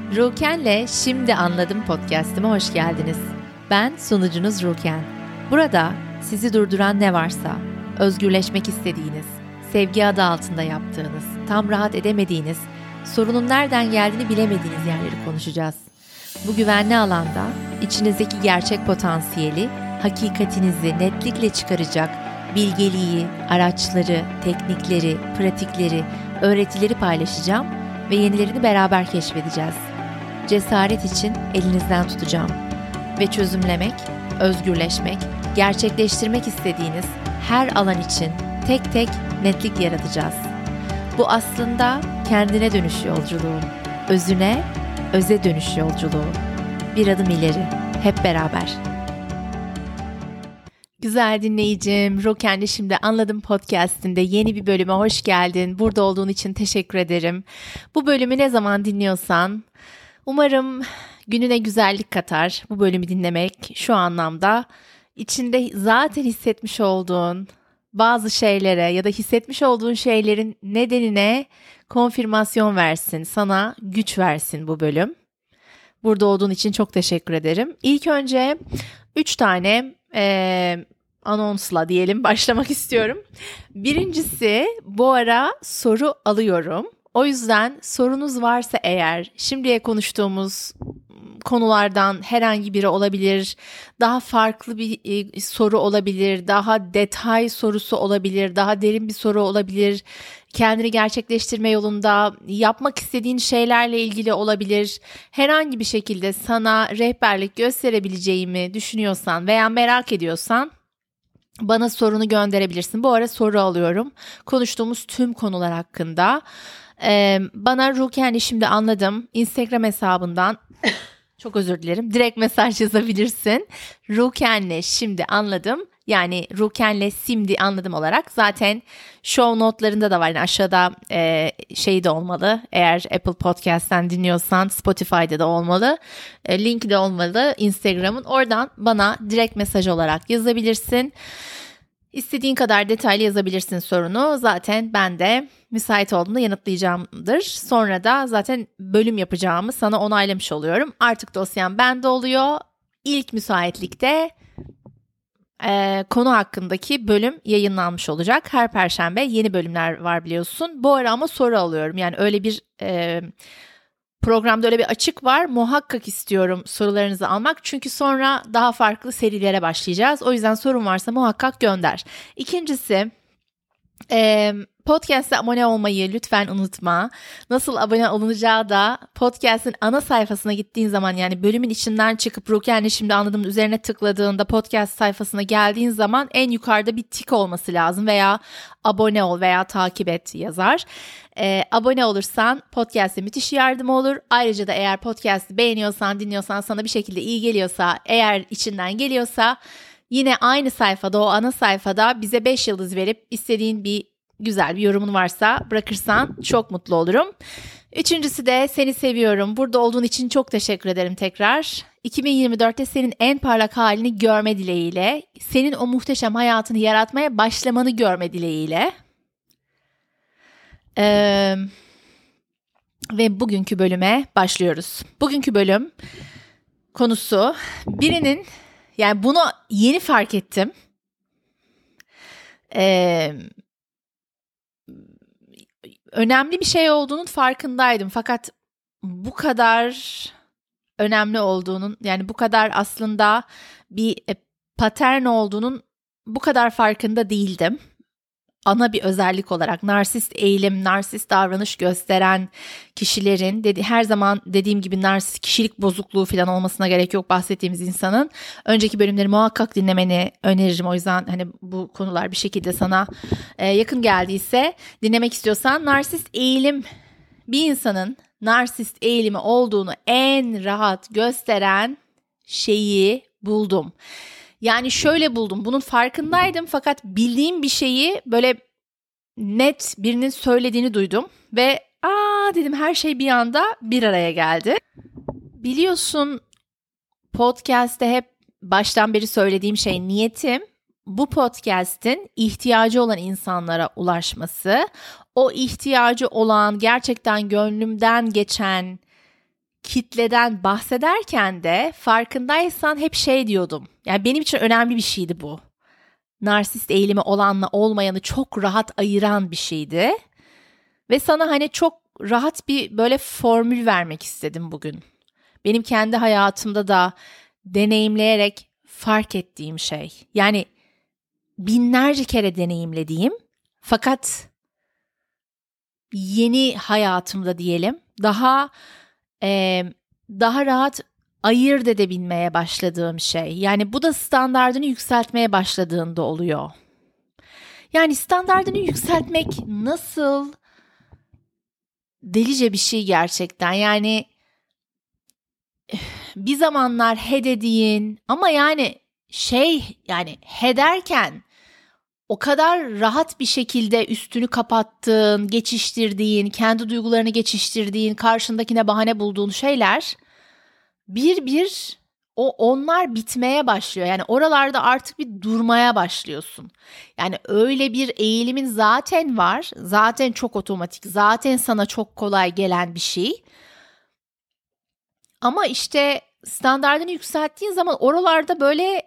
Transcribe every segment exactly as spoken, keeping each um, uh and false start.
Ruken'le Şimdi Anladım podcast'ime hoş geldiniz. Ben sunucunuz Ruken. Burada sizi durduran ne varsa, özgürleşmek istediğiniz, sevgi adı altında yaptığınız, tam rahat edemediğiniz, sorunun nereden geldiğini bilemediğiniz yerleri konuşacağız. Bu güvenli alanda içinizdeki gerçek potansiyeli, hakikatinizi netlikle çıkaracak bilgeliği, araçları, teknikleri, pratikleri, öğretileri paylaşacağım ve yenilerini beraber keşfedeceğiz. Cesaret için elinizden tutacağım ve çözümlemek, özgürleşmek, gerçekleştirmek istediğiniz her alan için tek tek netlik yaratacağız. Bu aslında kendine dönüş yolculuğu, özüne, öze dönüş yolculuğu. Bir adım ileri, hep beraber. Güzel dinleyicim, Ruken'le Şimdi Anladım podcast'inde yeni bir bölüme hoş geldin. Burada olduğun için teşekkür ederim. Bu bölümü ne zaman dinliyorsan, umarım gününe güzellik katar bu bölümü dinlemek şu anlamda. İçinde zaten hissetmiş olduğun bazı şeylere ya da hissetmiş olduğun şeylerin nedenine konfirmasyon versin, sana güç versin bu bölüm. Burada olduğun için çok teşekkür ederim. İlk önce üç tane e, anonsla diyelim başlamak istiyorum. Birincisi, bu ara soru alıyorum. O yüzden sorunuz varsa eğer, şimdiye konuştuğumuz konulardan herhangi biri olabilir, daha farklı bir e, soru olabilir, daha detay sorusu olabilir, daha derin bir soru olabilir, kendini gerçekleştirme yolunda yapmak istediğin şeylerle ilgili olabilir. Herhangi bir şekilde sana rehberlik gösterebileceğimi düşünüyorsan veya merak ediyorsan bana sorunu gönderebilirsin. Bu ara soru alıyorum. Konuştuğumuz tüm konular hakkında. Ee, bana Ruken'le Şimdi Anladım Instagram hesabından çok özür dilerim. Direkt mesaj yazabilirsin. Ruken'le Şimdi Anladım. Yani Ruken'le Şimdi Anladım olarak. Zaten show notlarında da var. Yani aşağıda e, şey de olmalı. Eğer Apple Podcast'ten dinliyorsan Spotify'da da olmalı. E, linki de olmalı Instagram'ın. Oradan bana direkt mesaj olarak yazabilirsin. İstediğin kadar detaylı yazabilirsin sorunu. Zaten ben de müsait olduğumda yanıtlayacağımdır. Sonra da zaten bölüm yapacağımı sana onaylamış oluyorum. Artık dosyam bende oluyor. İlk müsaitlikte e, konu hakkındaki bölüm yayınlanmış olacak. Her perşembe yeni bölümler var biliyorsun. Bu ara ama soru alıyorum. Yani öyle bir e, programda öyle bir açık var. Muhakkak istiyorum sorularınızı almak. Çünkü sonra daha farklı serilere başlayacağız. O yüzden sorun varsa muhakkak gönder. İkincisi, e, podcast'e abone olmayı lütfen unutma. Nasıl abone olunacağı da podcast'in ana sayfasına gittiğin zaman, yani bölümün içinden çıkıp Ruken'le Şimdi Anladım üzerine tıkladığında podcast sayfasına geldiğin zaman en yukarıda bir tik olması lazım veya abone ol veya takip et yazar. Ee, abone olursan podcast'e müthiş yardım olur. Ayrıca da eğer podcast'ı beğeniyorsan, dinliyorsan, sana bir şekilde iyi geliyorsa, eğer içinden geliyorsa yine aynı sayfada, o ana sayfada bize beş yıldız verip istediğin bir güzel bir yorumun varsa bırakırsan çok mutlu olurum. Üçüncüsü de seni seviyorum. Burada olduğun için çok teşekkür ederim tekrar. iki bin yirmi dörtte senin en parlak halini görme dileğiyle, senin o muhteşem hayatını yaratmaya başlamanı görme dileğiyle. Ee, ve bugünkü bölüme başlıyoruz. Bugünkü bölüm konusu birinin, yani bunu yeni fark ettim. Ee, önemli bir şey olduğunun farkındaydım. Fakat bu kadar önemli olduğunun, yani bu kadar aslında bir patern olduğunun bu kadar farkında değildim. Ana bir özellik olarak narsist eğilim, narsist davranış gösteren kişilerin, dedi, her zaman dediğim gibi narsist kişilik bozukluğu falan olmasına gerek yok bahsettiğimiz insanın. Önceki bölümleri muhakkak dinlemeni öneririm. O yüzden hani bu konular bir şekilde sana e, yakın geldiyse, dinlemek istiyorsan, narsist eğilim, bir insanın narsist eğilimi olduğunu en rahat gösteren şeyi buldum. Yani şöyle buldum, bunun farkındaydım fakat bildiğim bir şeyi böyle net birinin söylediğini duydum ve aa dedim, her şey bir anda bir araya geldi. Biliyorsun, podcast'te hep baştan beri söylediğim şey, niyetim bu podcast'in ihtiyacı olan insanlara ulaşması, o ihtiyacı olan, gerçekten gönlümden geçen kitleden bahsederken de farkındaysan hep şey diyordum. Yani benim için önemli bir şeydi bu. Narsist eğilimi olanla olmayanı çok rahat ayıran bir şeydi. Ve sana hani çok rahat bir böyle formül vermek istedim bugün. Benim kendi hayatımda da deneyimleyerek fark ettiğim şey. Yani binlerce kere deneyimlediğim fakat yeni hayatımda diyelim daha e, daha rahat ayırt edebilmeye başladığım şey. Yani bu da standardını yükseltmeye başladığında oluyor. Yani standardını yükseltmek nasıl delice bir şey gerçekten. Yani bir zamanlar he dediğin ama yani şey yani he derken o kadar rahat bir şekilde üstünü kapattığın, geçiştirdiğin, kendi duygularını geçiştirdiğin, karşındakine bahane bulduğun şeyler bir bir o onlar bitmeye başlıyor. Yani oralarda artık bir durmaya başlıyorsun. Yani öyle bir eğilimin zaten var. Zaten çok otomatik, zaten sana çok kolay gelen bir şey. Ama işte standardını yükselttiğin zaman oralarda böyle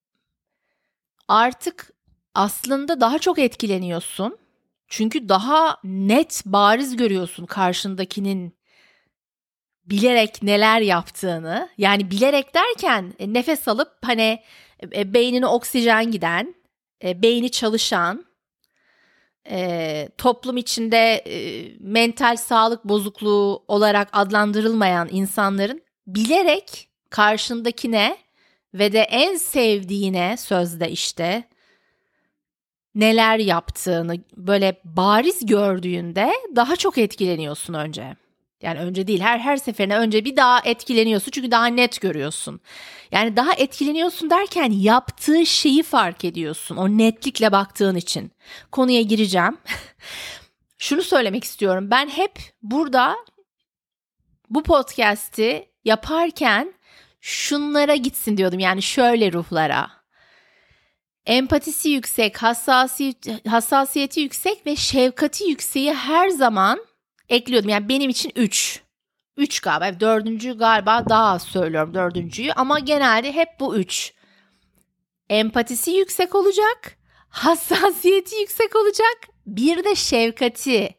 artık aslında daha çok etkileniyorsun. Çünkü daha net, bariz görüyorsun karşındakinin bilerek neler yaptığını. Yani bilerek derken nefes alıp hani e, beynine oksijen giden, e, beyni çalışan, e, toplum içinde e, mental sağlık bozukluğu olarak adlandırılmayan insanların bilerek karşındakine ve de en sevdiğine sözde işte neler yaptığını böyle bariz gördüğünde daha çok etkileniyorsun önce. Yani önce değil her her seferine önce bir daha etkileniyorsun çünkü daha net görüyorsun. Yani daha etkileniyorsun derken yaptığı şeyi fark ediyorsun o netlikle baktığın için. Konuya gireceğim. Şunu söylemek istiyorum, ben hep burada bu podcast'i yaparken şunlara gitsin diyordum, yani şöyle ruhlara. Empatisi yüksek, hassasiyeti, hassasiyeti yüksek ve şefkati yükseği her zaman ekliyordum. Yani benim için üç. Üç galiba. Dördüncü galiba daha az söylüyorum dördüncüyü. Ama genelde hep bu üç. Empatisi yüksek olacak. Hassasiyeti yüksek olacak. Bir de şefkati.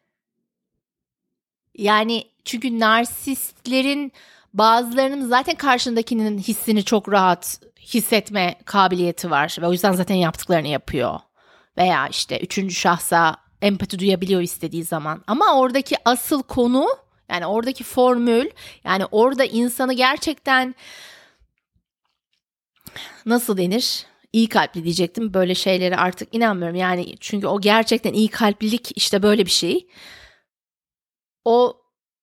Yani çünkü narsistlerin bazılarının zaten karşındakinin hissini çok rahat hissetme kabiliyeti var. Ve o yüzden zaten yaptıklarını yapıyor. Veya işte üçüncü şahsa empati duyabiliyor istediği zaman. Ama oradaki asıl konu, yani oradaki formül, yani orada insanı gerçekten nasıl denir? İyi kalpli diyecektim. Böyle şeylere artık inanmıyorum. Yani çünkü o gerçekten iyi kalplilik işte böyle bir şey. O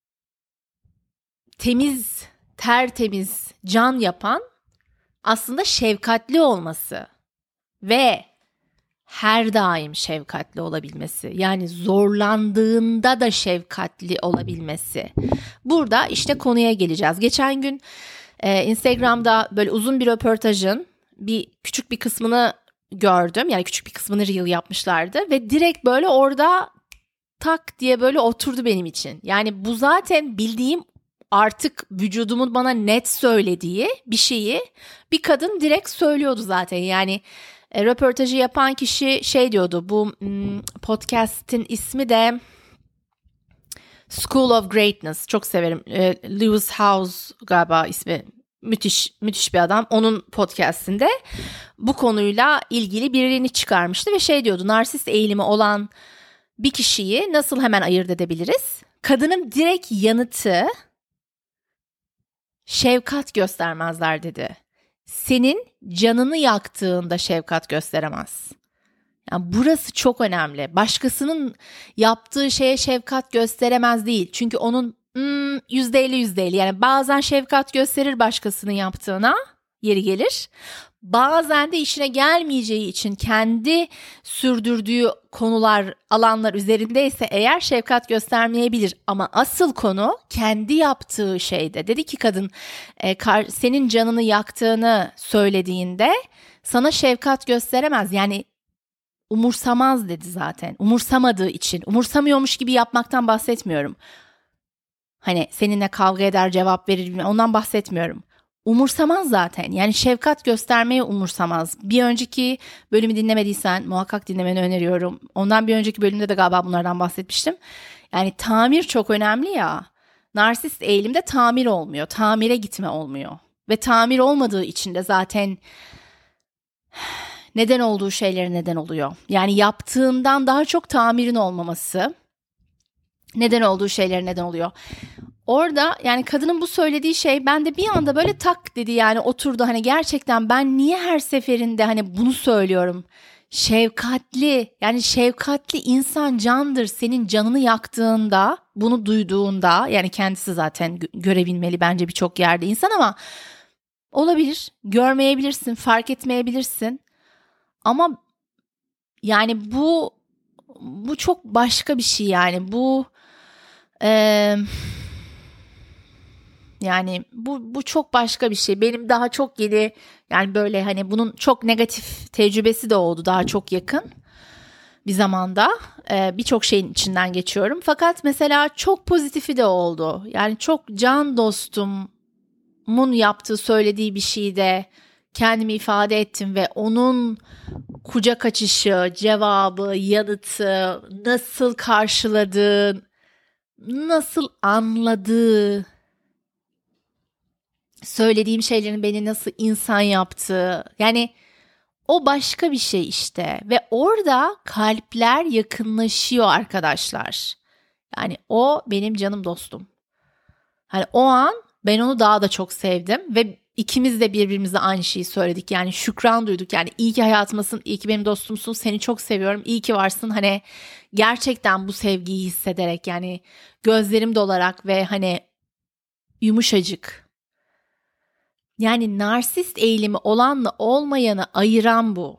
temiz, tertemiz, can yapan aslında şefkatli olması ve her daim şefkatli olabilmesi. Yani zorlandığında da şefkatli olabilmesi. Burada işte konuya geleceğiz. Geçen gün e, Instagram'da böyle uzun bir röportajın bir küçük bir kısmını gördüm. Yani küçük bir kısmını reel yapmışlardı ve direkt böyle orada tak diye böyle oturdu benim için. Yani bu zaten bildiğim, artık vücudumun bana net söylediği bir şeyi bir kadın direkt söylüyordu zaten. Yani e, röportajı yapan kişi şey diyordu, bu m, podcast'in ismi de School of Greatness. Çok severim. E, Lewis Howes galiba ismi. Müthiş, müthiş bir adam. Onun podcast'inde bu konuyla ilgili birini çıkarmıştı ve şey diyordu, narsist eğilimi olan bir kişiyi nasıl hemen ayırt edebiliriz? Kadının direkt yanıtı şefkat göstermezler dedi. Senin canını yaktığında şefkat gösteremez. Yani burası çok önemli. Başkasının yaptığı şeye şefkat gösteremez değil. Çünkü onun hmm, yüzde elli yüzde elli, yani bazen şefkat gösterir başkasının yaptığına, yeri gelir. Bazen de işine gelmeyeceği için kendi sürdürdüğü konular, alanlar üzerindeyse eğer şefkat göstermeyebilir. Ama asıl konu kendi yaptığı şeyde. Dedi ki kadın, e, kar, senin canını yaktığını söylediğinde sana şefkat gösteremez. Yani umursamaz dedi zaten. Umursamadığı için. Umursamıyormuş gibi yapmaktan bahsetmiyorum. Hani seninle kavga eder, cevap verir, ondan bahsetmiyorum. Umursamaz zaten. Yani şefkat göstermeyi umursamaz. Bir önceki bölümü dinlemediysen muhakkak dinlemeni öneriyorum. Ondan bir önceki bölümde de galiba bunlardan bahsetmiştim. Yani tamir çok önemli ya. Narsist eğilimde tamir olmuyor. Tamire gitme olmuyor. Ve tamir olmadığı için de zaten neden olduğu şeylere neden oluyor. Yani yaptığından daha çok tamirin olmaması neden olduğu şeylere neden oluyor. Orada yani kadının bu söylediği şey bende bir anda böyle tak dedi, yani oturdu. Hani gerçekten ben niye her seferinde hani bunu söylüyorum? Şefkatli, yani şefkatli insan candır. Senin canını yaktığında, bunu duyduğunda, yani kendisi zaten görebilmeli bence birçok yerde insan, ama olabilir, görmeyebilirsin, fark etmeyebilirsin. Ama yani bu bu çok başka bir şey yani bu eee Yani bu bu çok başka bir şey. Benim daha çok yeni, yani böyle hani bunun çok negatif tecrübesi de oldu daha çok yakın bir zamanda. Ee, birçok şeyin içinden geçiyorum. Fakat mesela çok pozitifi de oldu. Yani çok can dostumun yaptığı, söylediği bir şeyde kendimi ifade ettim ve onun kucak açışı, cevabı, yanıtı, nasıl karşıladığı, nasıl anladığı, söylediğim şeylerin beni nasıl insan yaptığı, yani o başka bir şey işte. Ve orada kalpler yakınlaşıyor arkadaşlar. Yani o benim canım dostum. Hani o an ben onu daha da çok sevdim ve ikimiz de birbirimize aynı şeyi söyledik. Yani şükran duyduk. Yani iyi ki hayatımdasın, iyi ki benim dostumsun, seni çok seviyorum, iyi ki varsın. Hani gerçekten bu sevgiyi hissederek, yani gözlerim dolarak ve hani yumuşacık. Yani narsist eğilimi olanla olmayanı ayıran bu.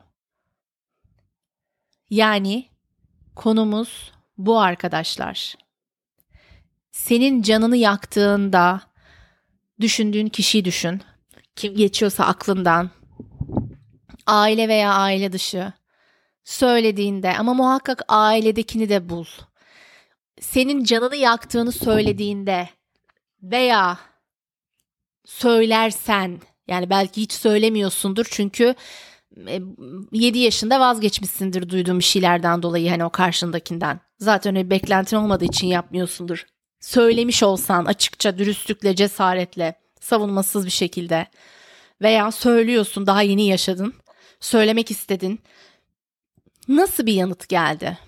Yani konumuz bu arkadaşlar. Senin canını yaktığında düşündüğün kişiyi düşün. Kim geçiyorsa aklından. Aile veya aile dışı. Söylediğinde, ama muhakkak ailedekini de bul. Senin canını yaktığını söylediğinde veya söylersen, yani belki hiç söylemiyorsundur çünkü yedi yaşında vazgeçmişsindir duyduğum bir şeylerden dolayı, hani o karşındakinden. Zaten öyle bir beklentin olmadığı için yapmıyorsundur. Söylemiş olsan açıkça, dürüstlükle, cesaretle, savunmasız bir şekilde veya söylüyorsun, daha yeni yaşadın, söylemek istedin. Nasıl bir yanıt geldi?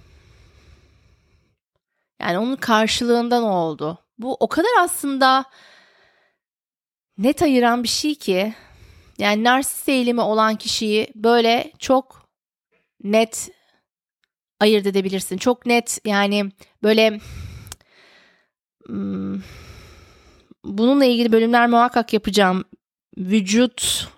Yani onun karşılığında ne oldu? Bu o kadar aslında net ayıran bir şey ki, yani narsist eğilimi olan kişiyi böyle çok net ayırt edebilirsin. Çok net, yani böyle hmm, bununla ilgili bölümler muhakkak yapacağım. Vücut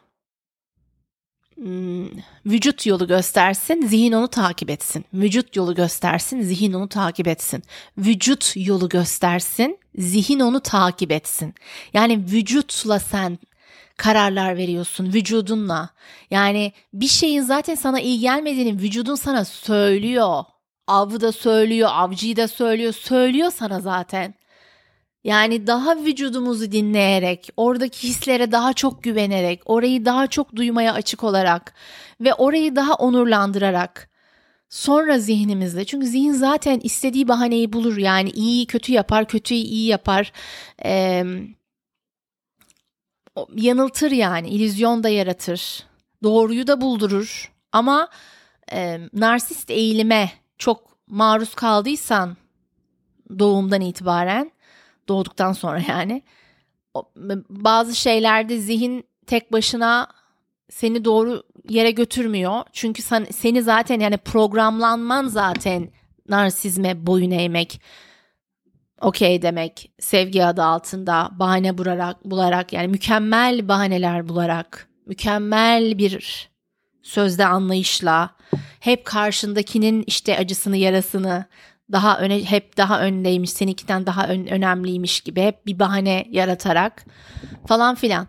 hmm, vücut yolu göstersin, zihin onu takip etsin. Vücut yolu göstersin, zihin onu takip etsin. Vücut yolu göstersin, zihin onu takip etsin. Yani vücutla sen kararlar veriyorsun, vücudunla. Yani bir şeyin zaten sana iyi gelmediğini vücudun sana söylüyor. Avı da söylüyor, avcıyı da söylüyor, söylüyor sana zaten. Yani daha vücudumuzu dinleyerek, oradaki hislere daha çok güvenerek, orayı daha çok duymaya açık olarak ve orayı daha onurlandırarak, sonra zihnimizle, çünkü zihin zaten istediği bahaneyi bulur, yani iyi kötü yapar, kötüyü iyi yapar, ee, yanıltır, yani illüzyon da yaratır, doğruyu da buldurur. Ama e, narsist eğilime çok maruz kaldıysan doğumdan itibaren, doğduktan sonra yani, bazı şeylerde zihin tek başına seni doğru yere götürmüyor. Çünkü sen, seni zaten, yani programlanman zaten narsizme boyun eğmek, okey demek, sevgi adı altında bahane bularak, bularak yani mükemmel bahaneler bularak, mükemmel bir sözde anlayışla, hep karşındakinin işte acısını, yarasını daha öne, hep daha öndeymiş, seninkinden daha ön, önemliymiş gibi hep bir bahane yaratarak falan filan.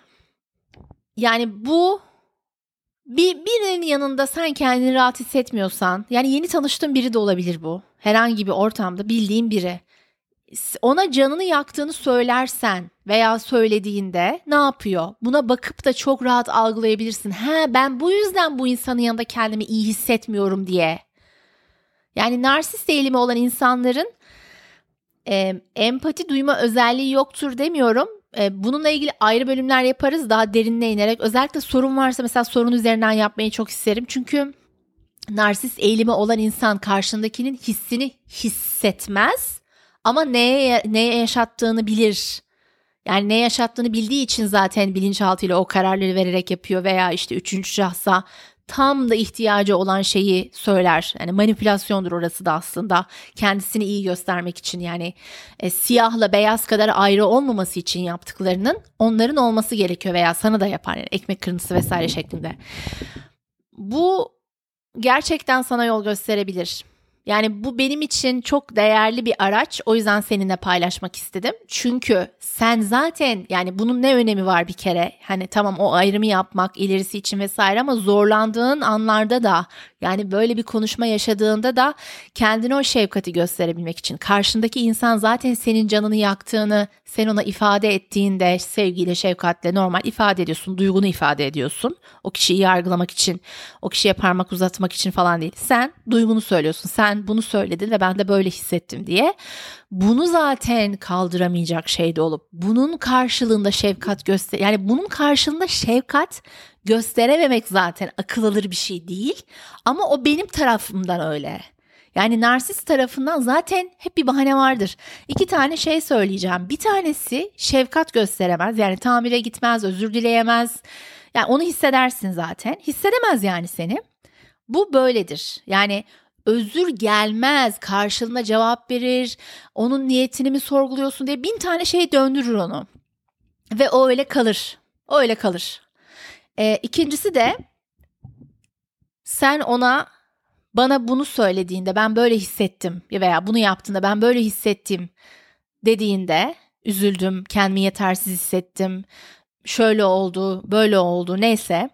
Yani bu bir birinin yanında sen kendini rahat hissetmiyorsan, yani yeni tanıştığın biri de olabilir bu. Herhangi bir ortamda bildiğin biri. ona canını yaktığını söylersen veya söylediğinde ne yapıyor? Buna bakıp da çok rahat algılayabilirsin. He, ben bu yüzden bu insanın yanında kendimi iyi hissetmiyorum diye. Yani narsist eğilimi olan insanların e, empati duyma özelliği yoktur demiyorum. E, bununla ilgili ayrı bölümler yaparız daha derinine inerek. Özellikle sorun varsa mesela sorun üzerinden yapmayı çok isterim. Çünkü narsist eğilimi olan insan karşındakinin hissini hissetmez. Ama neye, neye yaşattığını bilir. Yani ne yaşattığını bildiği için zaten bilinçaltıyla o kararları vererek yapıyor veya işte üçüncü şahsa tam da ihtiyacı olan şeyi söyler. Yani manipülasyondur orası da aslında. Kendisini iyi göstermek için, yani e, siyahla beyaz kadar ayrı olmaması için yaptıklarının onların olması gerekiyor veya sana da yapar. Yani ekmek kırıntısı vesaire şeklinde. Bu gerçekten sana yol gösterebilir. Yani bu benim için çok değerli bir araç. O yüzden seninle paylaşmak istedim. Çünkü sen zaten, yani bunun ne önemi var bir kere? Hani tamam, o ayrımı yapmak ilerisi için vesaire, ama zorlandığın anlarda da, yani böyle bir konuşma yaşadığında da kendine o şefkati gösterebilmek için. Karşındaki insan zaten senin canını yaktığını sen ona ifade ettiğinde sevgiyle, şefkatle normal ifade ediyorsun. Duygunu ifade ediyorsun. O kişiyi yargılamak için, o kişiye parmak uzatmak için falan değil. Sen duygunu söylüyorsun. Sen bunu söyledin ve ben de böyle hissettim diye. Bunu zaten kaldıramayacak şeyde olup bunun karşılığında şefkat göster, yani bunun karşılığında şefkat gösterememek zaten akıl alır bir şey değil. Ama o benim tarafımdan öyle. Yani narsist tarafından zaten hep bir bahane vardır. İki tane şey söyleyeceğim. Bir tanesi şefkat gösteremez. Yani tamire gitmez, özür dileyemez. Yani onu hissedersin zaten. Hissedemez yani seni. Bu böyledir. Yani özür gelmez, karşılığında cevap verir, onun niyetini mi sorguluyorsun diye bin tane şey döndürür onu. Ve o öyle kalır. O öyle kalır. Ee, ikincisi de sen ona, bana bunu söylediğinde ben böyle hissettim veya bunu yaptığında ben böyle hissettim dediğinde, üzüldüm, kendimi yetersiz hissettim, şöyle oldu, böyle oldu, neyse,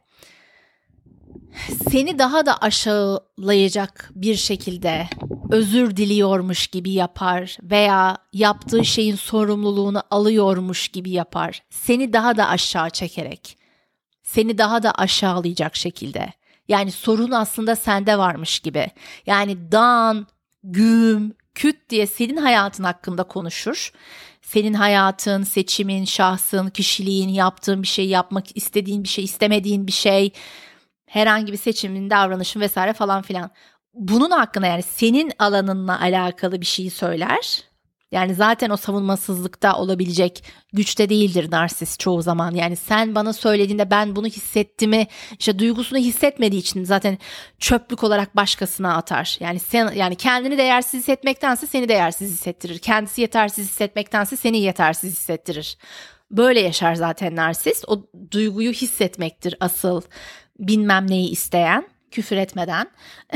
seni daha da aşağılayacak bir şekilde özür diliyormuş gibi yapar veya yaptığı şeyin sorumluluğunu alıyormuş gibi yapar. Seni daha da aşağı çekerek, seni daha da aşağılayacak şekilde. Yani sorun aslında sende varmış gibi. Yani dan, güm, küt diye senin hayatın hakkında konuşur. Senin hayatın, seçimin, şahsın, kişiliğin, yaptığın bir şey, yapmak istediğin bir şey, istemediğin bir şey, herhangi bir seçimin, davranışın vesaire falan filan. Bunun hakkında, yani senin alanınla alakalı bir şeyi söyler. Yani zaten o savunmasızlıkta olabilecek güçte değildir narsist çoğu zaman. Yani sen bana söylediğinde ben bunu hissettiğimi, işte duygusunu hissetmediği için zaten çöplük olarak başkasına atar. Yani sen, yani kendini değersiz hissetmektense seni değersiz hissettirir. Kendisi yetersiz hissetmektense seni yetersiz hissettirir. Böyle yaşar zaten narsist. O duyguyu hissetmektir asıl bilmem neyi isteyen, küfür etmeden.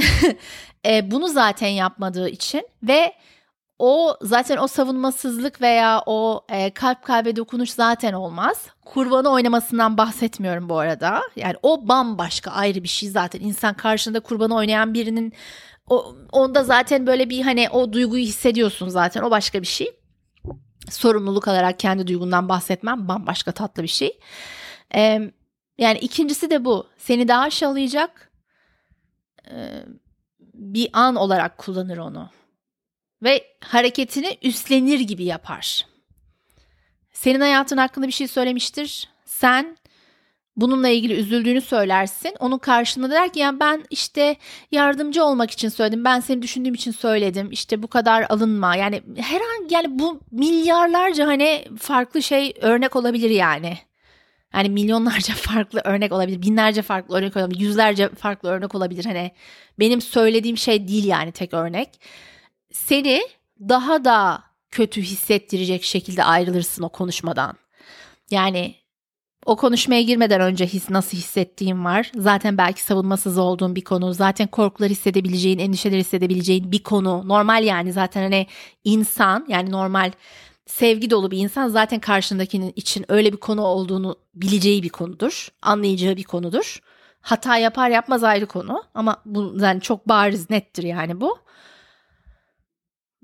e, bunu zaten yapmadığı için ve o zaten o savunmasızlık veya o e, kalp kalbe dokunuş zaten olmaz. Kurbanı oynamasından bahsetmiyorum bu arada. Yani o bambaşka ayrı bir şey zaten. İnsan karşında kurbanı oynayan birinin o, onda zaten böyle bir, hani o duyguyu hissediyorsun zaten, o başka bir şey. Sorumluluk alarak kendi duygundan bahsetmem bambaşka tatlı bir şey. E, yani ikincisi de bu. Seni daha aşağılayacak e, bir an olarak kullanır onu. Ve hareketini üstlenir gibi yapar. Senin hayatın hakkında bir şey söylemiştir. Sen bununla ilgili üzüldüğünü söylersin. Onun karşılığında der ki, yani ben işte yardımcı olmak için söyledim. Ben seni düşündüğüm için söyledim. İşte bu kadar alınma. Yani herhangi, yani bu milyarlarca hani farklı şey örnek olabilir yani. Yani milyonlarca farklı örnek olabilir. Binlerce farklı örnek olabilir. Yüzlerce farklı örnek olabilir. Hani benim söylediğim şey değil yani tek örnek. Seni daha da kötü hissettirecek şekilde ayrılırsın o konuşmadan. Yani o konuşmaya girmeden önce his, nasıl hissettiğin var. Zaten belki savunmasız olduğun bir konu. Zaten korkular hissedebileceğin, endişeler hissedebileceğin bir konu. Normal yani, zaten hani insan, yani normal sevgi dolu bir insan zaten karşındakinin için öyle bir konu olduğunu bileceği bir konudur. Anlayacağı bir konudur. Hata yapar yapmaz ayrı konu. Ama bu yani çok bariz, nettir yani bu.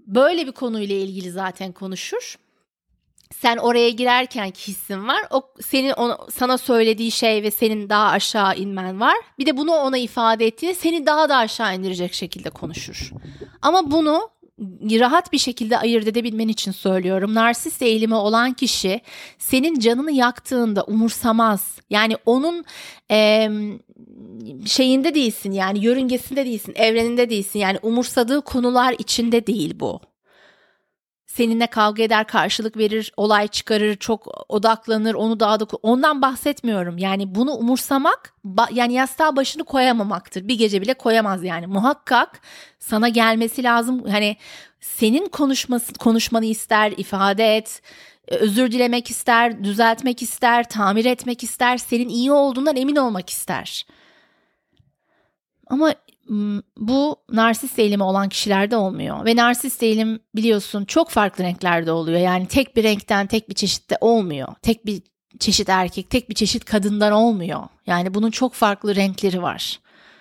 böyle bir konuyla ilgili zaten konuşur. Sen oraya girerkenki hissin var. O senin ona, sana söylediği şey ve senin daha aşağı inmen var. Bir de bunu ona ifade ettiğinde seni daha da aşağı indirecek şekilde konuşur. Ama bunu rahat bir şekilde ayırt edebilmen için söylüyorum. Narsist eğilimi olan kişi senin canını yaktığında umursamaz. Yani onun e, şeyinde değilsin, yani yörüngesinde değilsin, evreninde değilsin. Yani umursadığı konular içinde değil bu. Seninle kavga eder, karşılık verir, olay çıkarır, çok odaklanır, onu daha da... Ondan bahsetmiyorum. Yani bunu umursamak, ba- yani yastığa başını koyamamaktır. Bir gece bile koyamaz yani. Muhakkak sana gelmesi lazım. Hani senin konuşması, konuşmanı ister, ifade et, özür dilemek ister, düzeltmek ister, tamir etmek ister, senin iyi olduğundan emin olmak ister. Ama bu narsist eğilimi olan kişilerde olmuyor. Ve narsist eğilim biliyorsun çok farklı renklerde oluyor. Yani tek bir renkten, tek bir çeşitte olmuyor. Tek bir çeşit erkek, tek bir çeşit kadından olmuyor. Yani bunun çok farklı renkleri var.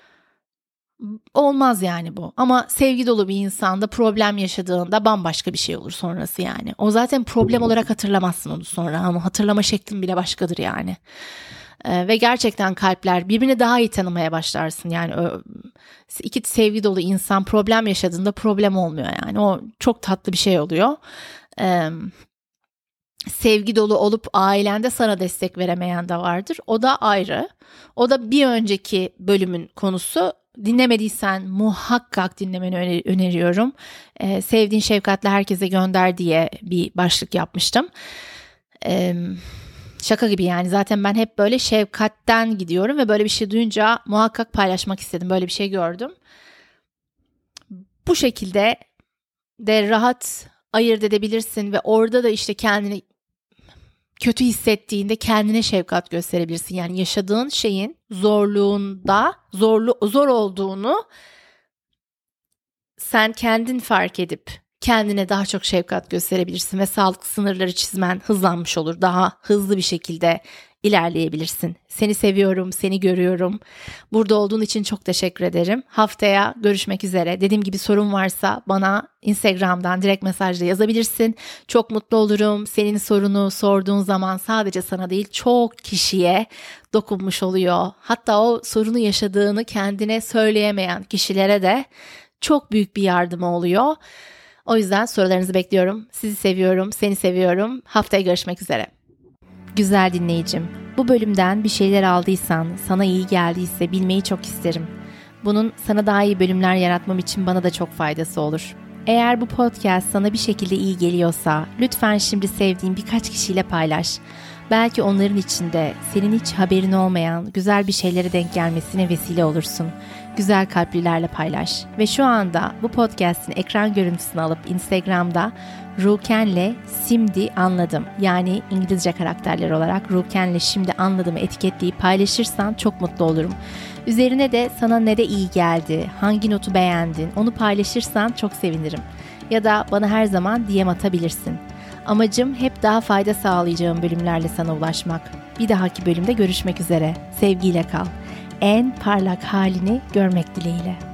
Olmaz yani bu. Ama sevgi dolu bir insanda problem yaşadığında bambaşka bir şey olur sonrası yani. O zaten problem olarak hatırlamazsın onu sonra, ama hatırlama şeklin bile başkadır yani. Ee, ve gerçekten kalpler birbirini daha iyi tanımaya başlarsın. Yani o, iki sevgi dolu insan problem yaşadığında problem olmuyor yani. O çok tatlı bir şey oluyor. Ee, sevgi dolu olup ailende sana destek veremeyen de vardır. O da ayrı. O da bir önceki bölümün konusu. Dinlemediysen muhakkak dinlemeni öner- öneriyorum. Ee, sevdiğin şefkatle herkese gönder diye bir başlık yapmıştım. Ee, şaka gibi yani, zaten ben hep böyle şefkatten gidiyorum ve böyle bir şey duyunca muhakkak paylaşmak istedim. Böyle bir şey gördüm. Bu şekilde de rahat ayırt edebilirsin ve orada da işte kendini kötü hissettiğinde kendine şefkat gösterebilirsin. Yani yaşadığın şeyin zorluğunda, zorlu zor olduğunu sen kendin fark edip kendine daha çok şefkat gösterebilirsin ve sağlıklı sınırları çizmen hızlanmış olur. Daha hızlı bir şekilde ilerleyebilirsin. Seni seviyorum, seni görüyorum. Burada olduğun için çok teşekkür ederim. Haftaya görüşmek üzere. Dediğim gibi sorun varsa bana Instagram'dan direkt mesajla yazabilirsin. Çok mutlu olurum. Senin sorunu sorduğun zaman sadece sana değil, çok kişiye dokunmuş oluyor. Hatta o sorunu yaşadığını kendine söyleyemeyen kişilere de çok büyük bir yardımı oluyor. O yüzden sorularınızı bekliyorum. Sizi seviyorum, seni seviyorum. Haftaya görüşmek üzere. Güzel dinleyicim, bu bölümden bir şeyler aldıysan, sana iyi geldiyse bilmeyi çok isterim. Bunun sana daha iyi bölümler yaratmam için bana da çok faydası olur. Eğer bu podcast sana bir şekilde iyi geliyorsa, lütfen şimdi sevdiğin birkaç kişiyle paylaş. Belki onların içinde senin hiç haberin olmayan güzel bir şeylere denk gelmesine vesile olursun. Güzel kalplilerle paylaş. Ve şu anda bu podcast'in ekran görüntüsünü alıp Instagram'da Ruken'le Şimdi Anladım, yani İngilizce karakterler olarak Ruken'le Şimdi Anladım'ı etiketleyip paylaşırsan çok mutlu olurum. Üzerine de sana ne de iyi geldi, hangi notu beğendin, onu paylaşırsan çok sevinirim. Ya da bana her zaman D M atabilirsin. Amacım hep daha fayda sağlayacağım bölümlerle sana ulaşmak. Bir dahaki bölümde görüşmek üzere. Sevgiyle kal. En parlak halini görmek dileğiyle.